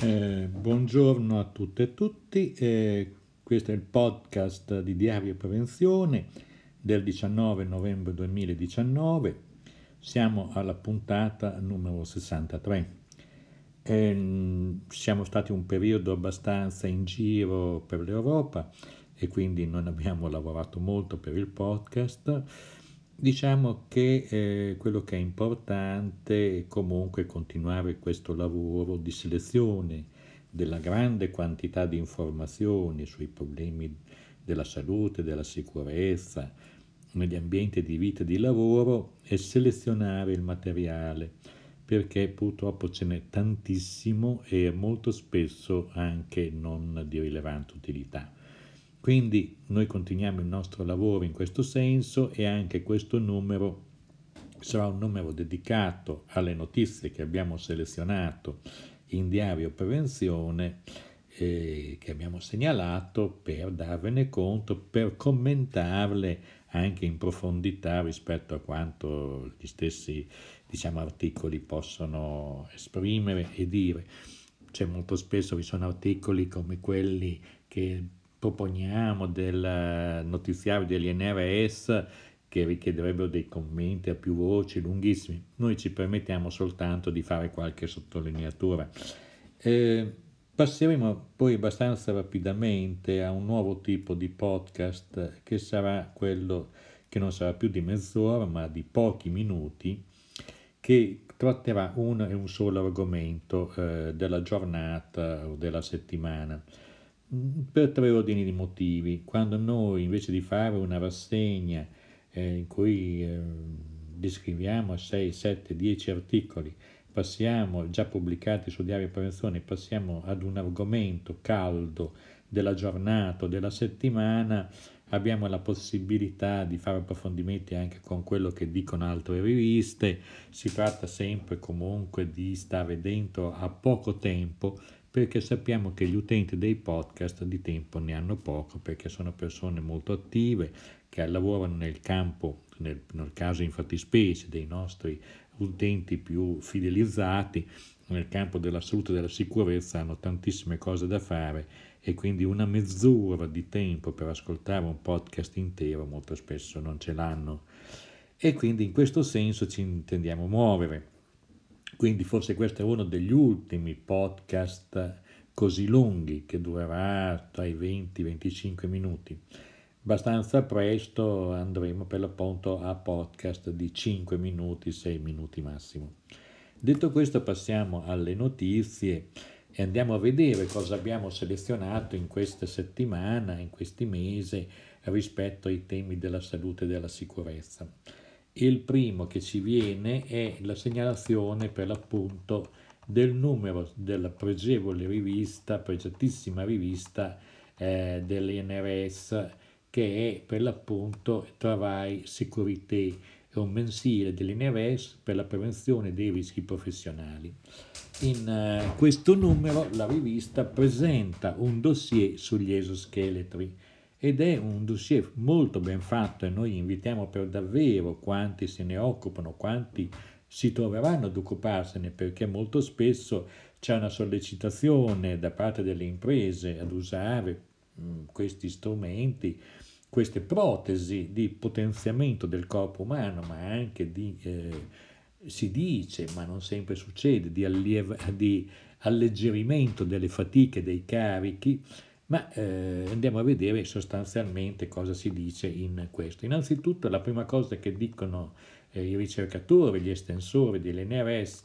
Buongiorno a tutte e tutti, questo è il podcast di Diario Prevenzione del 19 novembre 2019, siamo alla puntata numero 63. Siamo stati un periodo abbastanza in giro per l'Europa e quindi non abbiamo lavorato molto per il podcast. Diciamo che quello che è importante è comunque continuare questo lavoro di selezione della grande quantità di informazioni sui problemi della salute, della sicurezza, negli ambienti di vita e di lavoro e selezionare il materiale, perché purtroppo ce n'è tantissimo e molto spesso anche non di rilevante utilità. Quindi noi continuiamo il nostro lavoro in questo senso e anche questo numero sarà un numero dedicato alle notizie che abbiamo selezionato in Diario Prevenzione, che abbiamo segnalato per darvene conto, per commentarle anche in profondità rispetto a quanto gli stessi, diciamo, articoli possono esprimere e dire. C'è molto spesso vi sono articoli come quelli che proponiamo del notiziario degli NRS che richiederebbero dei commenti a più voci, lunghissimi. Noi ci permettiamo soltanto di fare qualche sottolineatura. Passeremo poi abbastanza rapidamente a un nuovo tipo di podcast che sarà quello che non sarà più di mezz'ora ma di pochi minuti, che tratterà uno e un solo argomento della giornata o della settimana, per tre ordini di motivi. Quando noi invece di fare una rassegna in cui descriviamo 6, 7, 10 articoli, passiamo già pubblicati su Diario Prevenzione, passiamo ad un argomento caldo della giornata o della settimana, abbiamo la possibilità di fare approfondimenti anche con quello che dicono altre riviste. Si tratta sempre comunque di stare dentro a poco tempo, perché sappiamo che gli utenti dei podcast di tempo ne hanno poco, perché sono persone molto attive che lavorano nel campo, nel caso in fattispecie dei nostri utenti più fidelizzati, nel campo della salute e della sicurezza, hanno tantissime cose da fare e quindi una mezz'ora di tempo per ascoltare un podcast intero molto spesso non ce l'hanno, e quindi in questo senso ci intendiamo muovere. Quindi forse questo è uno degli ultimi podcast così lunghi, che durerà tra i 20 e i 25 minuti. Abbastanza presto andremo per l'appunto a podcast di 5 minuti, 6 minuti massimo. Detto questo, passiamo alle notizie e andiamo a vedere cosa abbiamo selezionato in questa settimana, in questi mesi, rispetto ai temi della salute e della sicurezza. Il primo che ci viene è la segnalazione per l'appunto del numero della pregevole rivista, pregiatissima rivista dell'NRS, che è per l'appunto Travail Sécurité, è un mensile dell'NRS per la prevenzione dei rischi professionali. In questo numero la rivista presenta un dossier sugli esoscheletri ed è un dossier molto ben fatto, e noi invitiamo per davvero quanti se ne occupano, quanti si troveranno ad occuparsene, perché molto spesso c'è una sollecitazione da parte delle imprese ad usare questi strumenti, queste protesi di potenziamento del corpo umano, ma anche di, si dice, ma non sempre succede, di alleggerimento delle fatiche, dei carichi, ma andiamo a vedere sostanzialmente cosa si dice in questo. Innanzitutto la prima cosa che dicono i ricercatori, gli estensori dell'NRS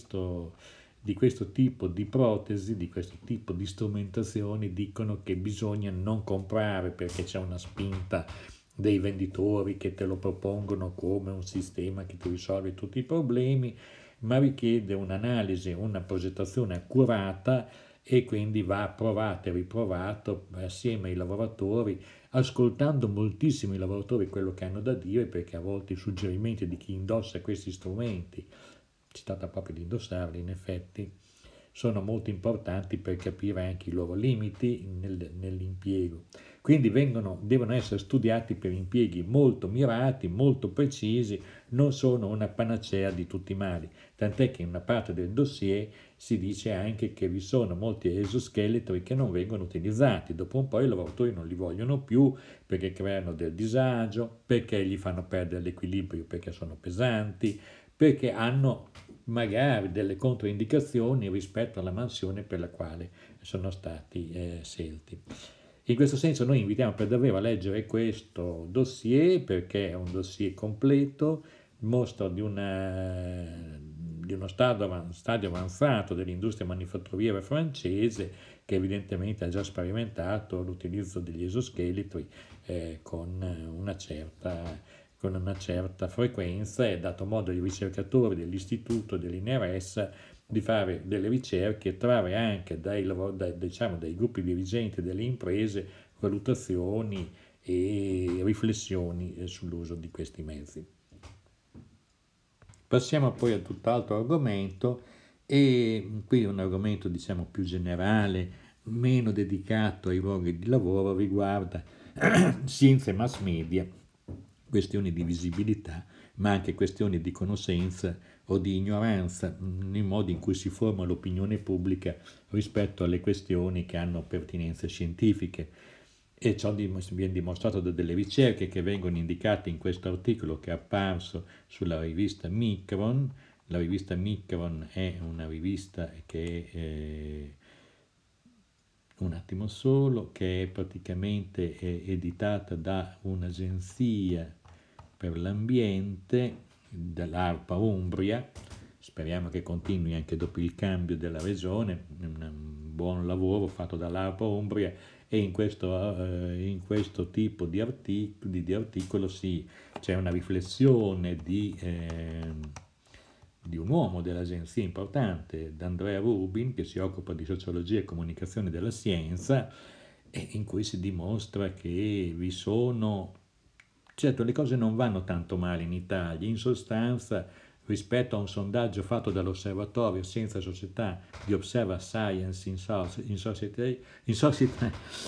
di questo tipo di protesi, di questo tipo di strumentazioni, dicono che bisogna non comprare perché c'è una spinta dei venditori che te lo propongono come un sistema che ti risolve tutti i problemi, ma richiede un'analisi, una progettazione accurata, e quindi va provato e riprovato assieme ai lavoratori, ascoltando moltissimo i lavoratori quello che hanno da dire, perché a volte i suggerimenti di chi indossa questi strumenti, si tratta proprio di indossarli in effetti, sono molto importanti per capire anche i loro limiti nell'impiego. Quindi devono essere studiati per impieghi molto mirati, molto precisi, non sono una panacea di tutti i mali, tant'è che in una parte del dossier si dice anche che vi sono molti esoscheletri che non vengono utilizzati, dopo un po' i lavoratori non li vogliono più perché creano del disagio, perché gli fanno perdere l'equilibrio perché sono pesanti, perché hanno magari delle controindicazioni rispetto alla mansione per la quale sono stati scelti. In questo senso noi invitiamo per davvero a leggere questo dossier perché è un dossier completo, mostra di uno stadio avanzato dell'industria manifatturiera francese che evidentemente ha già sperimentato l'utilizzo degli esoscheletri con una certa frequenza e ha dato modo ai ricercatori dell'istituto dell'INRS di fare delle ricerche e trarre anche diciamo, dai gruppi dirigenti delle imprese valutazioni e riflessioni sull'uso di questi mezzi. Passiamo poi a tutt'altro argomento e qui un argomento diciamo più generale, meno dedicato ai luoghi di lavoro, riguarda scienza e mass media, questioni di visibilità, ma anche questioni di conoscenza o di ignoranza nei modi in cui si forma l'opinione pubblica rispetto alle questioni che hanno pertinenze scientifiche. E ciò viene dimostrato da delle ricerche che vengono indicate in questo articolo che è apparso sulla rivista Micron. La rivista Micron è una rivista che un attimo solo, che è praticamente editata da un'agenzia per l'ambiente, dall'ARPA Umbria. Speriamo che continui anche dopo il cambio della regione, un buon lavoro fatto dall'ARPA Umbria e in questo tipo di articolo c'è una riflessione di un uomo dell'agenzia importante, D'Andrea Rubin, che si occupa di sociologia e comunicazione della scienza, e in cui si dimostra che vi sono. Certo, le cose non vanno tanto male in Italia, in sostanza rispetto a un sondaggio fatto dall'osservatorio Scienza e Società di Observa Science in Society,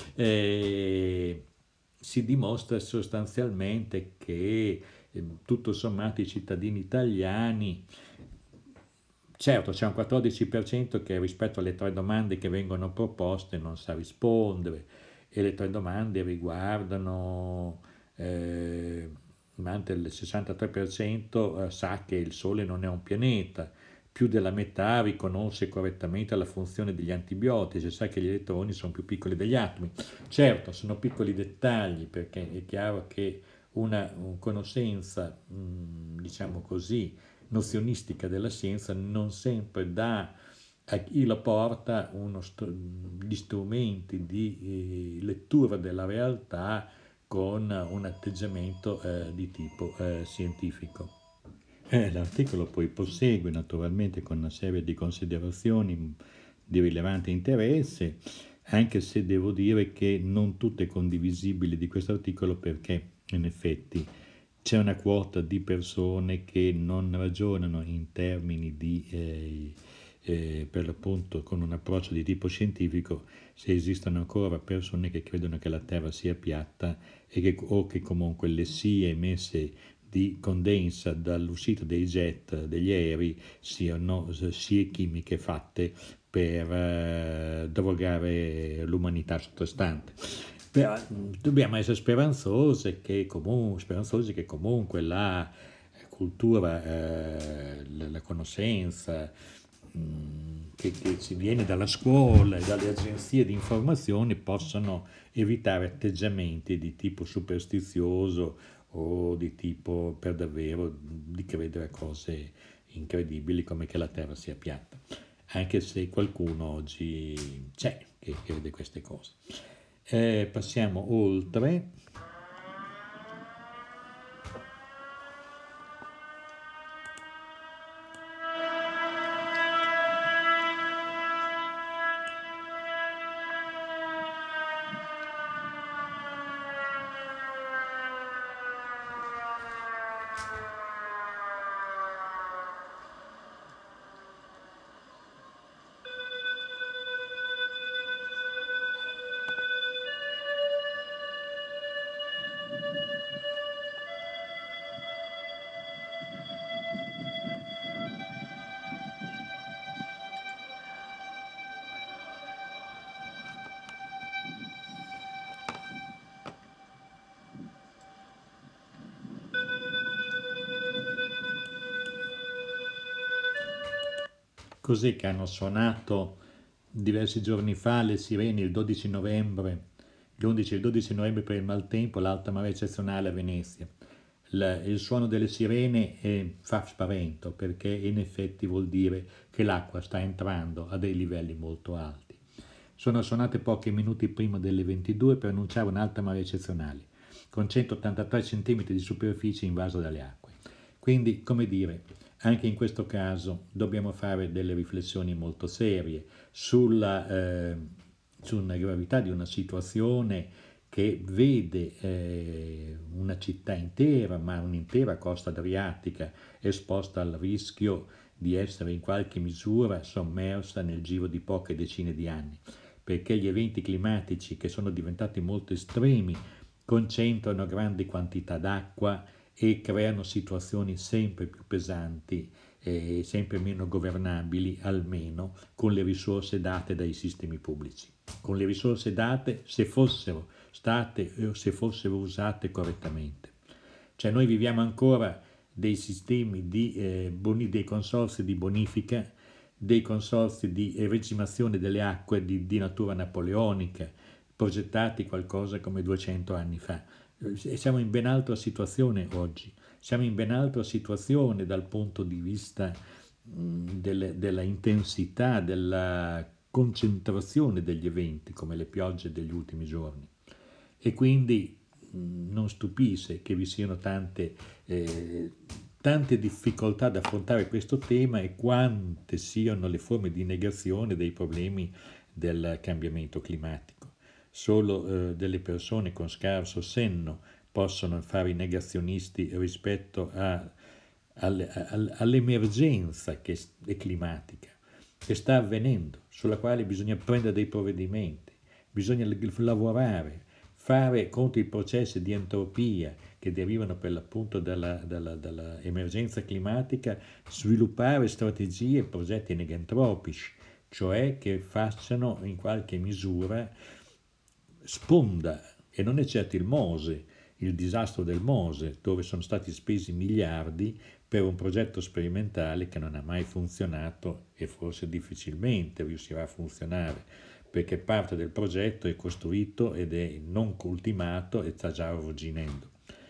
si dimostra sostanzialmente che tutto sommato i cittadini italiani, certo c'è un 14% che rispetto alle 3 domande che vengono proposte non sa rispondere e le 3 domande riguardano mentre il 63% sa che il Sole non è un pianeta, più della metà riconosce correttamente la funzione degli antibiotici, sa che gli elettroni sono più piccoli degli atomi. Certo, sono piccoli dettagli perché è chiaro che una conoscenza, diciamo così, nozionistica della scienza non sempre dà a chi la porta gli strumenti di lettura della realtà con un atteggiamento di tipo scientifico. L'articolo poi prosegue naturalmente con una serie di considerazioni di rilevante interesse, anche se devo dire che non tutte condivisibili di questo articolo perché in effetti c'è una quota di persone che non ragionano in termini per l'appunto con un approccio di tipo scientifico, se esistono ancora persone che credono che la Terra sia piatta o che comunque le scie emesse di condensa dall'uscita dei jet degli aerei siano scie chimiche fatte per drogare l'umanità sottostante. Però dobbiamo essere speranzosi che comunque la cultura, la conoscenza che ci viene dalla scuola e dalle agenzie di informazione possano evitare atteggiamenti di tipo superstizioso o di tipo per davvero di credere a cose incredibili come che la Terra sia piatta, anche se qualcuno oggi c'è che crede queste cose. Passiamo oltre. Così che hanno suonato diversi giorni fa le sirene il 12 novembre, l'11 e il 12 novembre per il maltempo, l'alta marea eccezionale a Venezia. Il suono delle sirene fa spavento perché in effetti vuol dire che l'acqua sta entrando a dei livelli molto alti. Sono suonate pochi minuti prima delle 22 per annunciare un'alta marea eccezionale, con 183 cm di superficie invasa dalle acque. Quindi, come dire, anche in questo caso dobbiamo fare delle riflessioni molto serie sulla gravità di una situazione che vede una città intera, ma un'intera costa adriatica, esposta al rischio di essere in qualche misura sommersa nel giro di poche decine di anni, perché gli eventi climatici che sono diventati molto estremi concentrano grandi quantità d'acqua e creano situazioni sempre più pesanti e sempre meno governabili, almeno con le risorse date dai sistemi pubblici. Con le risorse date, se fossero usate correttamente. Cioè noi viviamo ancora dei sistemi dei consorzi di bonifica, dei consorzi di regimazione delle acque di natura napoleonica, progettati qualcosa come 200 anni fa. Siamo in ben altra situazione oggi, siamo in ben altra situazione dal punto di vista della intensità, della concentrazione degli eventi come le piogge degli ultimi giorni. E quindi non stupisce che vi siano tante difficoltà ad affrontare questo tema e quante siano le forme di negazione dei problemi del cambiamento climatico. Solo delle persone con scarso senno possono fare i negazionisti rispetto all'emergenza che è climatica, che sta avvenendo, sulla quale bisogna prendere dei provvedimenti, bisogna lavorare, fare contro i processi di entropia che derivano per l'appunto dalla emergenza climatica, sviluppare strategie e progetti negentropici, cioè che facciano in qualche misura sponda, e non è certo il disastro del Mose, dove sono stati spesi miliardi per un progetto sperimentale che non ha mai funzionato e forse difficilmente riuscirà a funzionare, perché parte del progetto è costruito ed è non ultimato e sta già arrugginendo.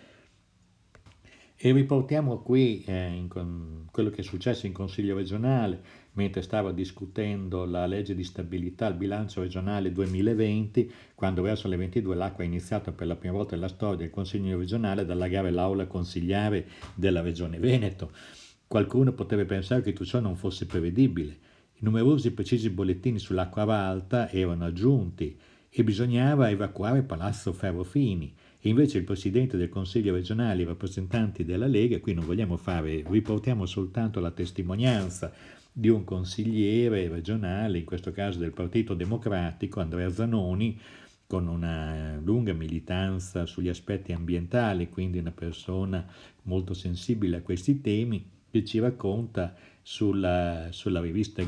E riportiamo qui quello che è successo in Consiglio regionale, mentre stava discutendo la legge di stabilità, il bilancio regionale 2020, quando verso le 22 l'acqua ha iniziato per la prima volta nella storia del Consiglio regionale ad allagare l'aula consigliare della Regione Veneto. Qualcuno potrebbe pensare che tutto ciò non fosse prevedibile. I numerosi e precisi bollettini sull'acqua alta erano aggiunti e bisognava evacuare Palazzo Ferrofini. E invece il Presidente del Consiglio regionale, i rappresentanti della Lega, qui non vogliamo riportiamo soltanto la testimonianza di un consigliere regionale, in questo caso del Partito Democratico, Andrea Zanoni, con una lunga militanza sugli aspetti ambientali, quindi una persona molto sensibile a questi temi, che ci racconta sulla rivista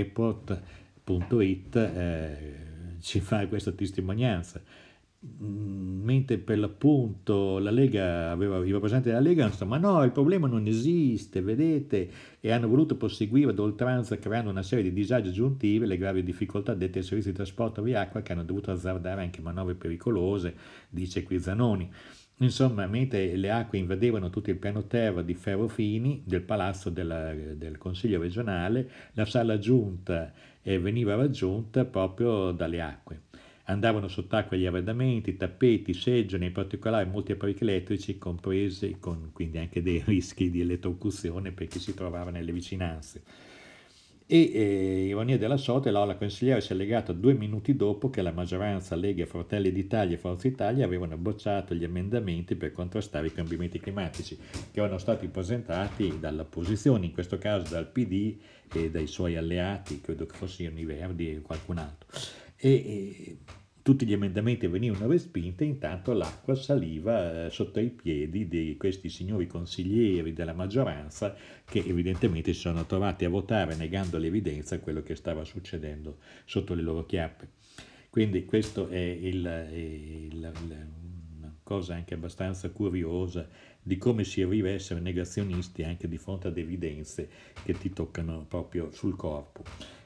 greenreport.it, ci fa questa testimonianza. Mentre per l'appunto la Lega i rappresentanti della Lega hanno detto ma no, il problema non esiste, vedete, e hanno voluto proseguire ad oltranza creando una serie di disagi aggiuntivi, le gravi difficoltà dette ai servizi di trasporto via acqua che hanno dovuto azzardare anche manovre pericolose, dice qui Zanoni. Insomma, mentre le acque invadevano tutto il piano terra di Ferrofini, del palazzo del Consiglio regionale, la sala giunta veniva raggiunta proprio dalle acque. Andavano sott'acqua gli arredamenti, tappeti, seggiole, in particolare molti apparecchi elettrici, compresi con quindi anche dei rischi di elettrocuzione per chi si trovava nelle vicinanze. Ironia della sorte, l'aula consigliare si è legata 2 minuti dopo che la maggioranza Lega, Fratelli d'Italia e Forza Italia avevano bocciato gli emendamenti per contrastare i cambiamenti climatici che erano stati presentati dall'opposizione, in questo caso dal PD e dai suoi alleati, credo che fossero i Verdi e qualcun altro. Tutti gli emendamenti venivano respinti, intanto l'acqua saliva sotto i piedi di questi signori consiglieri della maggioranza che evidentemente si sono trovati a votare negando l'evidenza quello che stava succedendo sotto le loro chiappe. Quindi questo è una cosa anche abbastanza curiosa di come si arriva a essere negazionisti anche di fronte ad evidenze che ti toccano proprio sul corpo.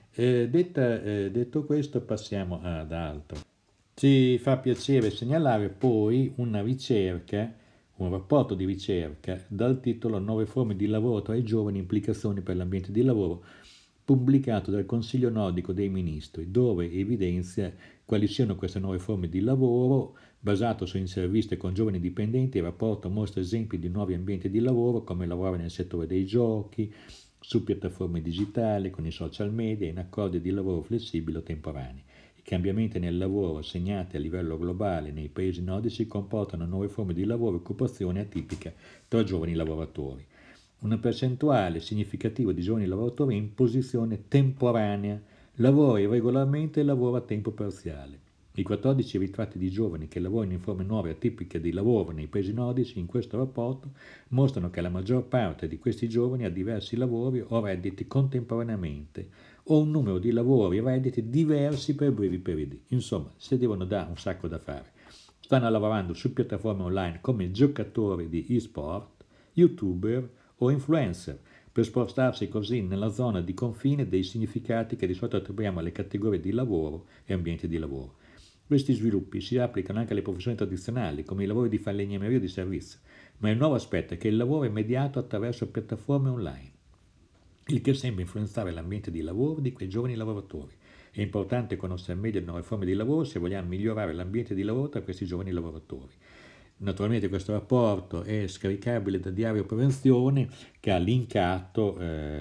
Detto questo, passiamo ad altro. Ci fa piacere segnalare poi una ricerca, un rapporto di ricerca dal titolo Nuove forme di lavoro tra i giovani, implicazioni per l'ambiente di lavoro, pubblicato dal Consiglio nordico dei ministri, dove evidenzia quali siano queste nuove forme di lavoro. Basato su interviste con giovani dipendenti, il rapporto mostra esempi di nuovi ambienti di lavoro, come lavorare nel settore dei giochi, su piattaforme digitali, con i social media, in accordi di lavoro flessibili o temporanei. I cambiamenti nel lavoro segnati a livello globale nei paesi nordici comportano nuove forme di lavoro e occupazione atipica tra giovani lavoratori. Una percentuale significativa di giovani lavoratori in posizione temporanea, lavora irregolarmente e lavora a tempo parziale. I 14 ritratti di giovani che lavorano in forme nuove e atipiche di lavoro nei paesi nordici in questo rapporto mostrano che la maggior parte di questi giovani ha diversi lavori o redditi contemporaneamente o un numero di lavori e redditi diversi per brevi periodi. Insomma, si devono dare un sacco da fare. Stanno lavorando su piattaforme online come giocatori di e-sport, youtuber o influencer, per spostarsi così nella zona di confine dei significati che di solito attribuiamo alle categorie di lavoro e ambienti di lavoro. Questi sviluppi si applicano anche alle professioni tradizionali, come i lavori di falegnameria o di servizio, ma il nuovo aspetto è che il lavoro è mediato attraverso piattaforme online, il che sembra influenzare l'ambiente di lavoro di quei giovani lavoratori. È importante conoscere meglio le nuove forme di lavoro se vogliamo migliorare l'ambiente di lavoro tra questi giovani lavoratori. Naturalmente questo rapporto è scaricabile da Diario Prevenzione, che ha linkato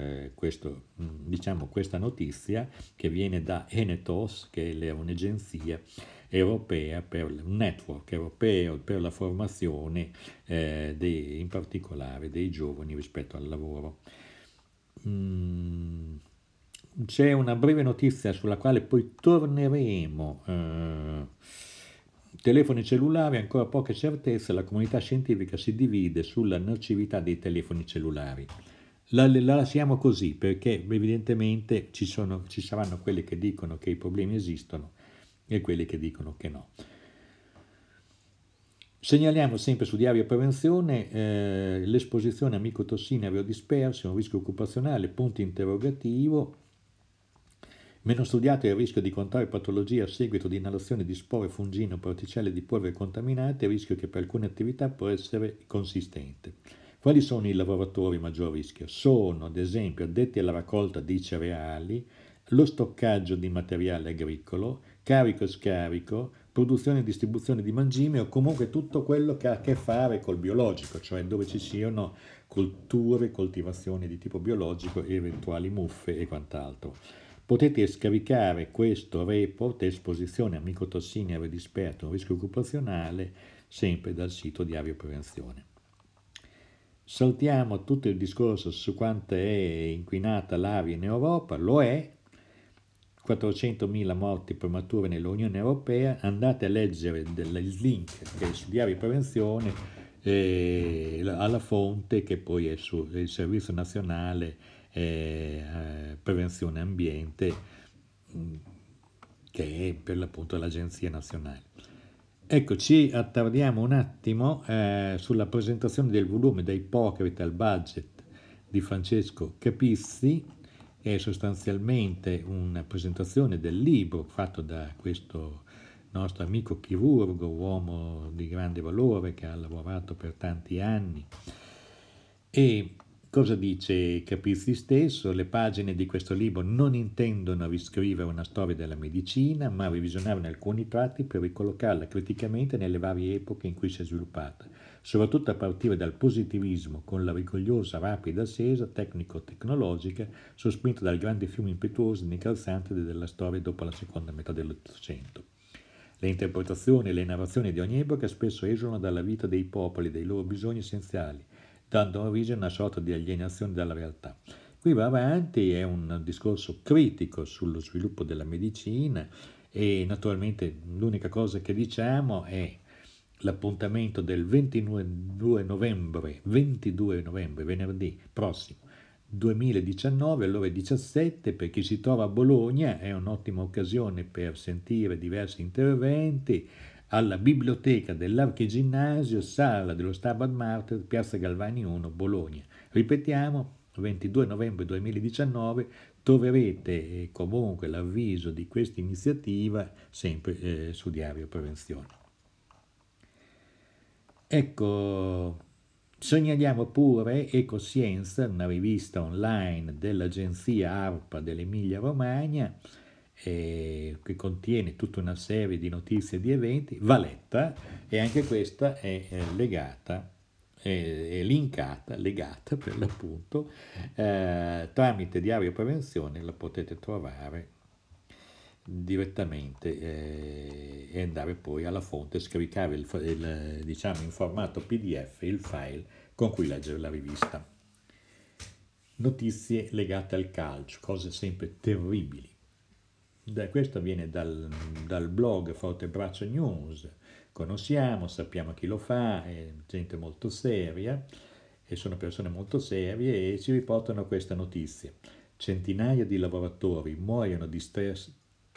questa notizia che viene da Enetos, che è un'agenzia europea, un network europeo per la formazione in particolare dei giovani rispetto al lavoro. C'è una breve notizia sulla quale poi torneremo. Telefoni cellulari, ancora poche certezze, la comunità scientifica si divide sulla nocività dei telefoni cellulari. La lasciamo così perché evidentemente ci saranno quelli che dicono che i problemi esistono e quelli che dicono che no. Segnaliamo sempre su Diario Prevenzione l'esposizione a micotossine aerodisperse, un rischio occupazionale, punto interrogativo. Meno studiato è il rischio di contrarre patologie a seguito di inalazione di spore, fungine o particelle di polvere contaminate, il rischio che per alcune attività può essere consistente. Quali sono i lavoratori a maggior rischio? Sono, ad esempio, addetti alla raccolta di cereali, lo stoccaggio di materiale agricolo, carico e scarico, produzione e distribuzione di mangime o comunque tutto quello che ha a che fare col biologico, cioè dove ci siano colture, coltivazioni di tipo biologico, eventuali muffe e quant'altro. Potete scaricare questo report esposizione a micotossine aerodisperse, un rischio occupazionale, sempre dal sito Diario Prevenzione. Saltiamo tutto il discorso su quanto è inquinata l'aria in Europa, lo è, 400.000 morti premature nell'Unione Europea, andate a leggere il link che è su Diario Prevenzione alla fonte che poi è sul Servizio Nazionale Prevenzione Ambiente, che è per l'appunto l'Agenzia Nazionale. Ecco, ci attardiamo un attimo sulla presentazione del volume Da ipocrita al budget di Francesco Capizzi. È sostanzialmente una presentazione del libro fatto da questo nostro amico chirurgo, uomo di grande valore che ha lavorato per tanti anni. E cosa dice Capizzi stesso? Le pagine di questo libro non intendono riscrivere una storia della medicina, ma revisionarne alcuni tratti per ricollocarla criticamente nelle varie epoche in cui si è sviluppata, soprattutto a partire dal positivismo con la rigogliosa, rapida ascesa tecnico-tecnologica sospinta dal grande fiume impetuoso e incalzante della storia dopo la seconda metà dell'Ottocento. Le interpretazioni e le narrazioni di ogni epoca spesso esulano dalla vita dei popoli, dei loro bisogni essenziali, dando origine a una sorta di alienazione dalla realtà. Qui va avanti, è un discorso critico sullo sviluppo della medicina e naturalmente l'unica cosa che diciamo è l'appuntamento del 22 novembre, venerdì prossimo, 2019 alle ore 17, per chi si trova a Bologna è un'ottima occasione per sentire diversi interventi, alla biblioteca dell'Archiginnasio, sala dello Stabat Mater, piazza Galvani 1, Bologna. Ripetiamo, 22 novembre 2019, troverete comunque l'avviso di questa iniziativa sempre su Diario Prevenzione. Ecco, segnaliamo pure Ecoscienza, una rivista online dell'agenzia ARPA dell'Emilia Romagna, che contiene tutta una serie di notizie e di eventi, va letta, e anche questa è legata, è linkata, legata per l'appunto, tramite Diario Prevenzione la potete trovare direttamente e andare poi alla fonte, scaricare diciamo in formato PDF il file con cui leggere la rivista. Notizie legate al calcio, cose sempre terribili. Questo viene dal blog Fortebraccio News, conosciamo, sappiamo chi lo fa, è gente molto seria e sono persone molto serie e ci riportano questa notizia. Centinaia di lavoratori muoiono di stress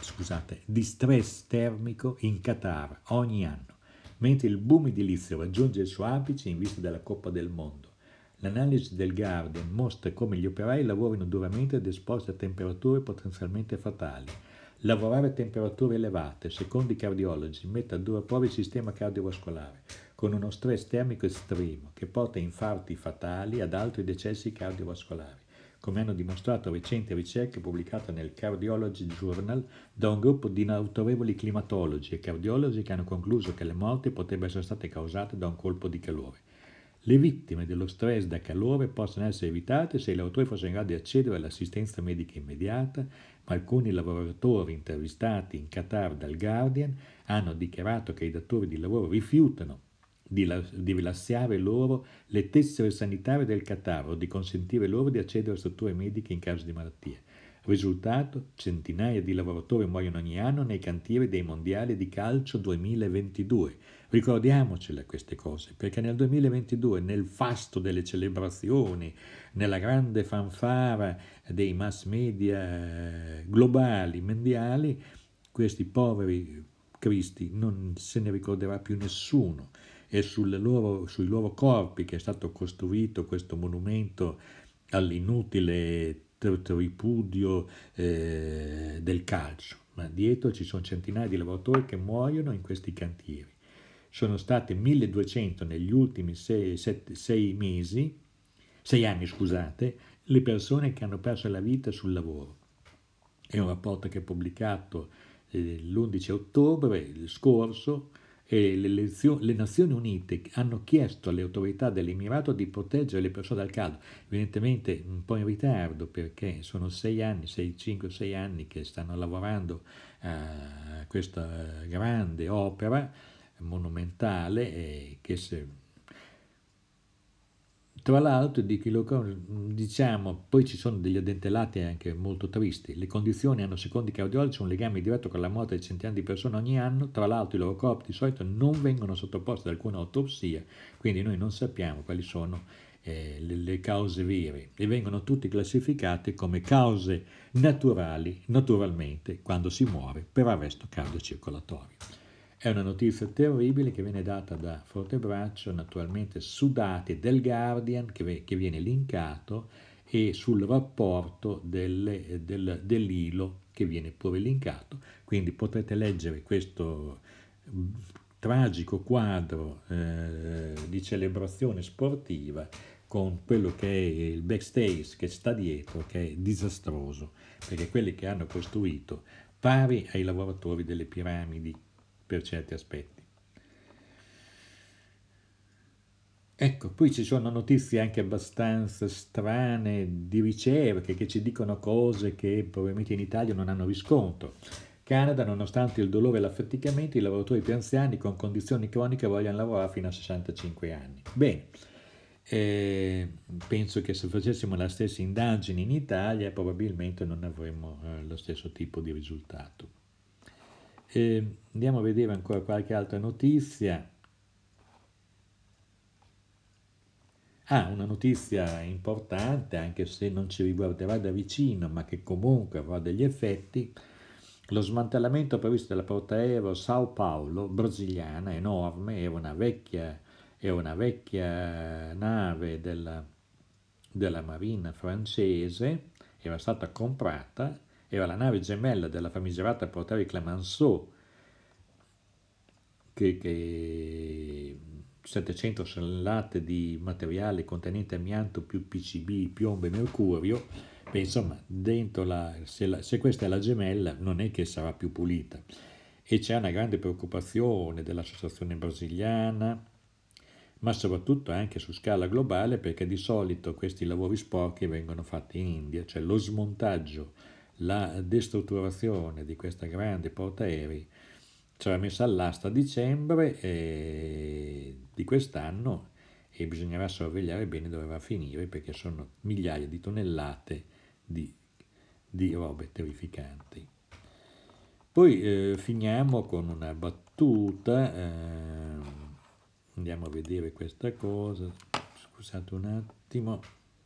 termico in Qatar ogni anno, mentre il boom edilizio raggiunge il suo apice in vista della Coppa del Mondo. L'analisi del Guardian mostra come gli operai lavorino duramente ed esposti a temperature potenzialmente fatali. Lavorare a temperature elevate, secondo i cardiologi, mette a dura prova il sistema cardiovascolare, con uno stress termico estremo che porta a infarti fatali e ad altri decessi cardiovascolari, come hanno dimostrato recenti ricerche pubblicate nel Cardiology Journal da un gruppo di autorevoli climatologi e cardiologi che hanno concluso che le morti potrebbero essere state causate da un colpo di calore. Le vittime dello stress da calore possono essere evitate se i lavoratori fossero in grado di accedere all'assistenza medica immediata, ma alcuni lavoratori intervistati in Qatar dal Guardian hanno dichiarato che i datori di lavoro rifiutano di rilasciare loro le tessere sanitarie del Qatar o di consentire loro di accedere a strutture mediche in caso di malattie. Risultato: centinaia di lavoratori muoiono ogni anno nei cantieri dei mondiali di calcio 2022. Ricordiamocele queste cose, perché nel 2022, nel fasto delle celebrazioni, nella grande fanfara dei mass media globali, mondiali, questi poveri cristi non se ne ricorderà più nessuno e sui loro corpi che è stato costruito questo monumento all'inutile tripudio del calcio, ma dietro ci sono centinaia di lavoratori che muoiono in questi cantieri. Sono state 1200 negli ultimi 6 anni, scusate, le persone che hanno perso la vita sul lavoro. È un rapporto che è pubblicato l'11 ottobre scorso e le Nazioni Unite hanno chiesto alle autorità dell'Emirato di proteggere le persone dal caldo, evidentemente un po' in ritardo perché sono 6 anni, 5-6 anni che stanno lavorando a questa grande opera monumentale che se tra l'altro, diciamo, poi ci sono degli addentellati anche molto tristi. Le condizioni hanno, secondo i cardiologi, un legame diretto con la morte di centinaia di persone ogni anno. Tra l'altro, i loro corpi di solito non vengono sottoposti ad alcuna autopsia, quindi noi non sappiamo quali sono le cause vere e vengono tutti classificati come cause naturali, naturalmente, quando si muore per arresto cardiocircolatorio. È una notizia terribile che viene data da Fortebraccio, naturalmente su dati del Guardian che viene linkato e sul rapporto dell'ILO che viene pure linkato. Quindi potrete leggere questo tragico quadro di celebrazione sportiva con quello che è il backstage che sta dietro, che è disastroso, perché quelli che hanno costruito pari ai lavoratori delle piramidi per certi aspetti. Ecco, poi ci sono notizie anche abbastanza strane di ricerche che ci dicono cose che probabilmente in Italia non hanno riscontro. Canada, nonostante il dolore e l'affaticamento, i lavoratori più anziani con condizioni croniche vogliono lavorare fino a 65 anni. Bene, penso che se facessimo la stessa indagine in Italia probabilmente non avremmo lo stesso tipo di risultato. Andiamo a vedere ancora qualche altra notizia. Una notizia importante, anche se non ci riguarderà da vicino, ma che comunque avrà degli effetti. Lo smantellamento previsto dalla portaerei Sao Paulo, brasiliana, enorme, era una vecchia nave della marina francese, era stata comprata, era la nave gemella della famigerata portaerei Clemenceau, che 700 tonnellate di materiale contenente amianto più PCB, piombo e mercurio. Beh, insomma, dentro se questa è la gemella, non è che sarà più pulita. E c'è una grande preoccupazione dell'associazione brasiliana, ma soprattutto anche su scala globale, perché di solito questi lavori sporchi vengono fatti in India, cioè lo smontaggio, la destrutturazione di questa grande portaerei c'era messa all'asta a dicembre di quest'anno, e bisognerà sorvegliare bene dove va a finire, perché sono migliaia di tonnellate di, di robe terrificanti. Poi finiamo con una battuta, andiamo a vedere questa cosa, scusate un attimo.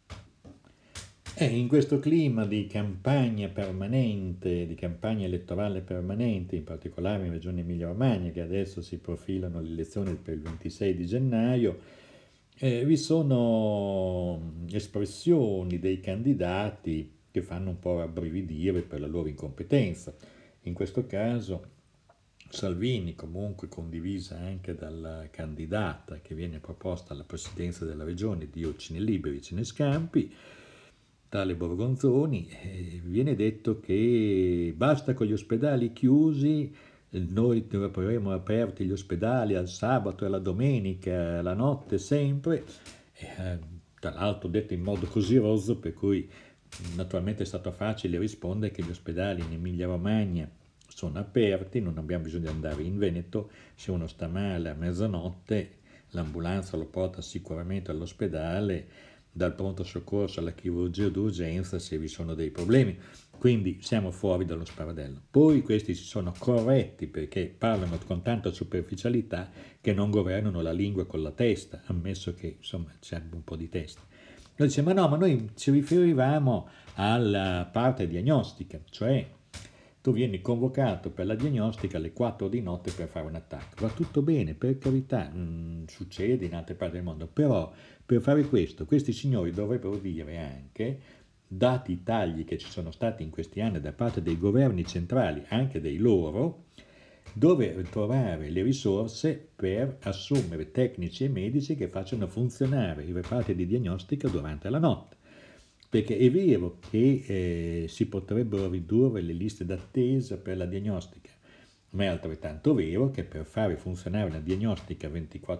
E in questo clima di campagna permanente, di campagna elettorale permanente, in particolare in Regione Emilia-Romagna, che adesso si profilano le elezioni per il 26 di gennaio, vi sono espressioni dei candidati che fanno un po' rabbrividire per la loro incompetenza. In questo caso Salvini, comunque condivisa anche dalla candidata che viene proposta alla presidenza della regione, Dio ce ne liberi, ce ne scampi, tale Borgonzoni, viene detto che basta con gli ospedali chiusi, noi terremo aperti gli ospedali al sabato e alla domenica, la notte sempre, tra l'altro detto in modo così rozzo per cui naturalmente è stato facile rispondere che gli ospedali in Emilia-Romagna sono aperti, non abbiamo bisogno di andare in Veneto, se uno sta male a mezzanotte l'ambulanza lo porta sicuramente all'ospedale, dal pronto soccorso alla chirurgia d'urgenza se vi sono dei problemi, quindi siamo fuori dallo sparadello. Poi questi si sono corretti perché parlano con tanta superficialità che non governano la lingua con la testa, ammesso che insomma c'è un po' di testa. Noi dice, ma no, ma noi ci riferivamo alla parte diagnostica, cioè tu vieni convocato per la diagnostica alle 4 di notte per fare un attacco. Va tutto bene, per carità, succede in altre parti del mondo, però per fare questo, questi signori dovrebbero dire anche, dati i tagli che ci sono stati in questi anni da parte dei governi centrali, anche dei loro, dove trovare le risorse per assumere tecnici e medici che facciano funzionare i reparti di diagnostica durante la notte. Perché è vero che si potrebbero ridurre le liste d'attesa per la diagnostica, ma è altrettanto vero che per fare funzionare una diagnostica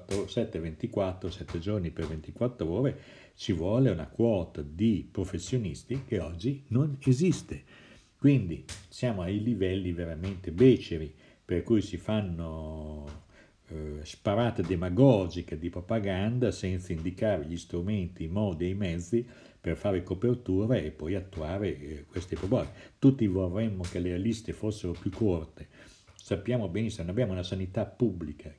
7 giorni per 24 ore, ci vuole una quota di professionisti che oggi non esiste. Quindi siamo ai livelli veramente beceri, per cui si fanno sparate demagogiche di propaganda senza indicare gli strumenti, i modi e i mezzi per fare copertura e poi attuare questi problemi. Tutti vorremmo che le liste fossero più corte. Sappiamo benissimo, noi abbiamo una sanità pubblica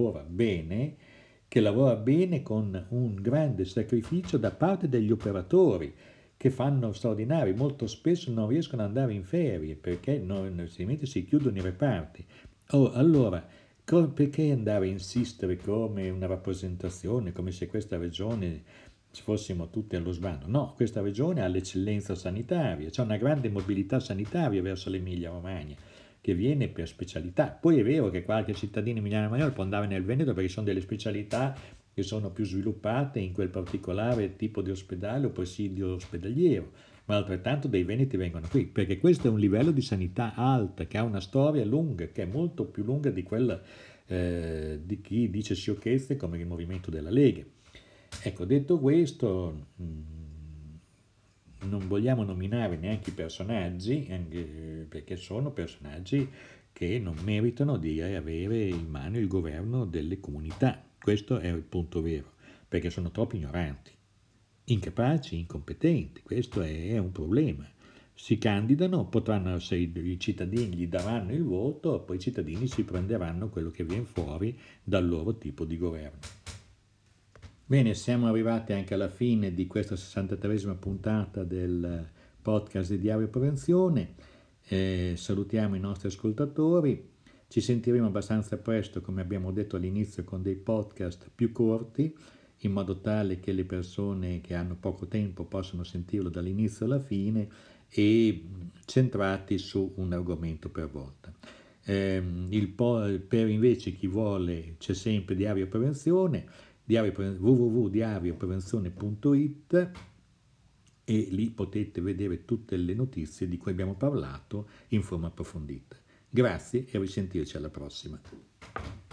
che lavora bene con un grande sacrificio da parte degli operatori che fanno straordinari, molto spesso non riescono ad andare in ferie perché altrimenti si chiudono i reparti. Oh, allora, perché andare a insistere come una rappresentazione, come se questa regione ci fossimo tutti allo sbando? No, questa regione ha l'eccellenza sanitaria, c'è una grande mobilità sanitaria verso l'Emilia-Romagna che viene per specialità. Poi è vero che qualche cittadino emiliano-romagnolo può andare nel Veneto perché ci sono delle specialità che sono più sviluppate in quel particolare tipo di ospedale o presidio ospedaliero, ma altrettanto dei veneti vengono qui, perché questo è un livello di sanità alta, che ha una storia lunga, che è molto più lunga di quella di chi dice sciocchezze come il movimento della Lega. Ecco, detto questo, non vogliamo nominare neanche i personaggi, anche perché sono personaggi che non meritano di avere in mano il governo delle comunità. Questo è il punto vero, perché sono troppo ignoranti, incapaci, incompetenti. Questo è un problema. Si candidano, potranno, se i cittadini gli daranno il voto, poi i cittadini si prenderanno quello che viene fuori dal loro tipo di governo. Bene, siamo arrivati anche alla fine di questa 63esima puntata del podcast di Diario Prevenzione. Salutiamo i nostri ascoltatori, ci sentiremo abbastanza presto, come abbiamo detto all'inizio, con dei podcast più corti, in modo tale che le persone che hanno poco tempo possano sentirlo dall'inizio alla fine e centrati su un argomento per volta. Per invece chi vuole c'è sempre Diario Prevenzione, www.diarioprevenzione.it, e lì potete vedere tutte le notizie di cui abbiamo parlato in forma approfondita. Grazie e a risentirci alla prossima.